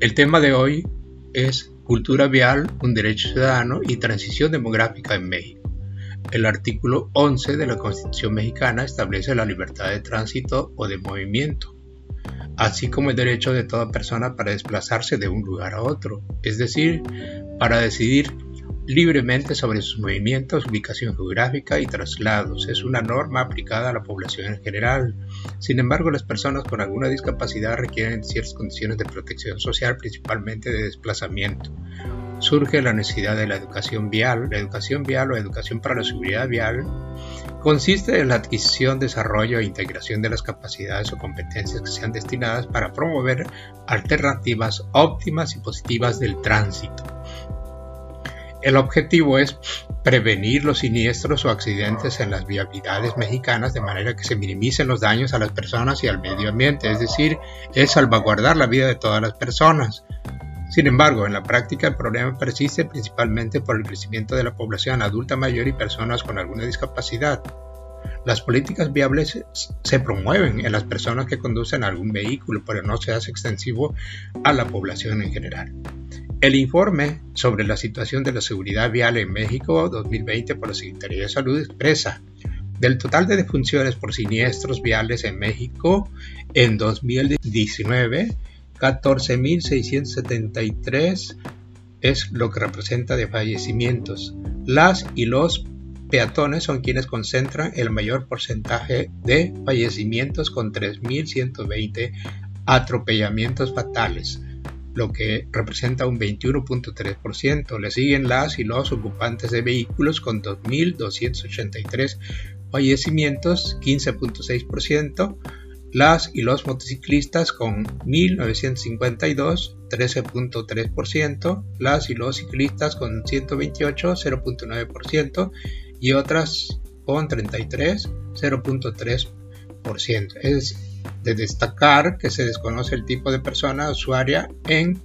El tema de hoy es cultura vial, un derecho ciudadano y transición demográfica en México. El artículo 11 de la Constitución mexicana establece la libertad de tránsito o de movimiento, así como el derecho de toda persona para desplazarse de un lugar a otro, es decir, para decidir libremente sobre sus movimientos, ubicación geográfica y traslados. Es una norma aplicada a la población en general. Sin embargo, las personas con alguna discapacidad requieren ciertas condiciones de protección social, principalmente de desplazamiento. Surge la necesidad de la educación vial. La educación vial o educación para la seguridad vial consiste en la adquisición, desarrollo e integración de las capacidades o competencias que sean destinadas para promover alternativas óptimas y positivas del tránsito. El objetivo es prevenir los siniestros o accidentes en las vialidades mexicanas de manera que se minimicen los daños a las personas y al medio ambiente, es decir, es salvaguardar la vida de todas las personas. Sin embargo, en la práctica el problema persiste principalmente por el crecimiento de la población adulta mayor y personas con alguna discapacidad. Las políticas viables se promueven en las personas que conducen algún vehículo, pero no se hace extensivo a la población en general. El informe sobre la situación de la seguridad vial en México 2020 por la Secretaría de Salud expresa: del total de defunciones por siniestros viales en México en 2019, 14.673 es lo que representa de fallecimientos. Las y los peatones son quienes concentran el mayor porcentaje de fallecimientos con 3.120 atropellamientos fatales, lo que representa un 21.3%. Le siguen las y los ocupantes de vehículos con 2.283 fallecimientos, 15.6%, las y los motociclistas con 1.952, 13.3%, las y los ciclistas con 128, 0.9%, y otras con 33, 0.3%. Es de destacar que se desconoce el tipo de persona usuaria en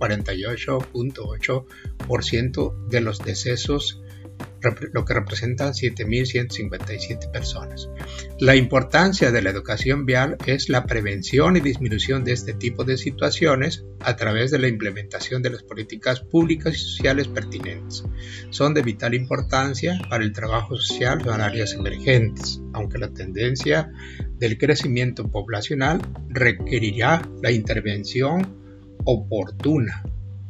48.8% de los decesos, lo que representan 7.157 personas. La importancia de la educación vial es la prevención y disminución de este tipo de situaciones a través de la implementación de las políticas públicas y sociales pertinentes. Son de vital importancia para el trabajo social en áreas emergentes, aunque la tendencia del crecimiento poblacional requerirá la intervención oportuna.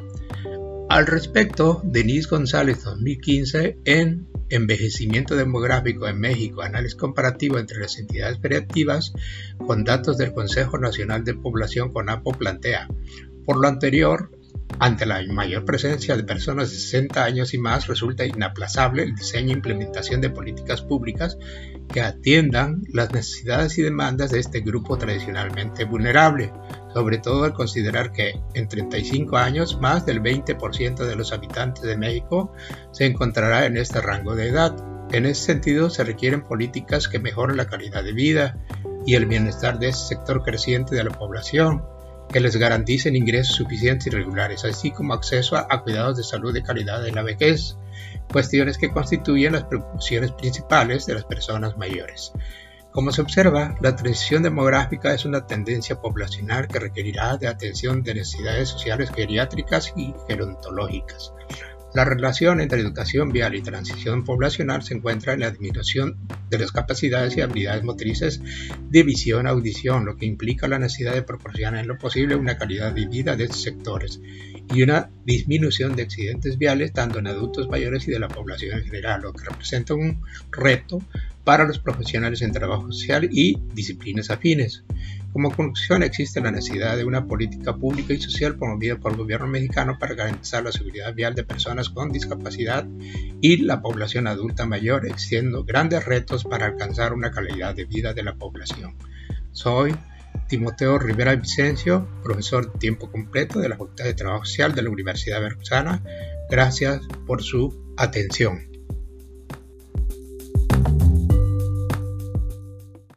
Al respecto, Denise González 2015 en Envejecimiento demográfico en México, análisis comparativo entre las entidades federativas con datos del Consejo Nacional de Población CONAPO plantea: por lo anterior, ante la mayor presencia de personas de 60 años y más, resulta inaplazable el diseño e implementación de políticas públicas que atiendan las necesidades y demandas de este grupo tradicionalmente vulnerable, sobre todo al considerar que en 35 años más del 20% de los habitantes de México se encontrará en este rango de edad. En ese sentido, se requieren políticas que mejoren la calidad de vida y el bienestar de ese sector creciente de la población, que les garanticen ingresos suficientes y regulares, así como acceso a cuidados de salud de calidad en la vejez, cuestiones que constituyen las preocupaciones principales de las personas mayores. Como se observa, la transición demográfica es una tendencia poblacional que requerirá de atención de necesidades sociales geriátricas y gerontológicas. La relación entre educación vial y transición poblacional se encuentra en la disminución de las capacidades y habilidades motrices de visión, audición, lo que implica la necesidad de proporcionar en lo posible una calidad de vida de estos sectores y una disminución de accidentes viales tanto en adultos mayores y de la población en general, lo que representa un reto para los profesionales en trabajo social y disciplinas afines. Como conclusión, existe la necesidad de una política pública y social promovida por el gobierno mexicano para garantizar la seguridad vial de personas con discapacidad y la población adulta mayor, existiendo grandes retos para alcanzar una calidad de vida de la población. Soy Timoteo Rivera Vicencio, profesor de tiempo completo de la Facultad de Trabajo Social de la Universidad Veracruzana. Gracias por su atención.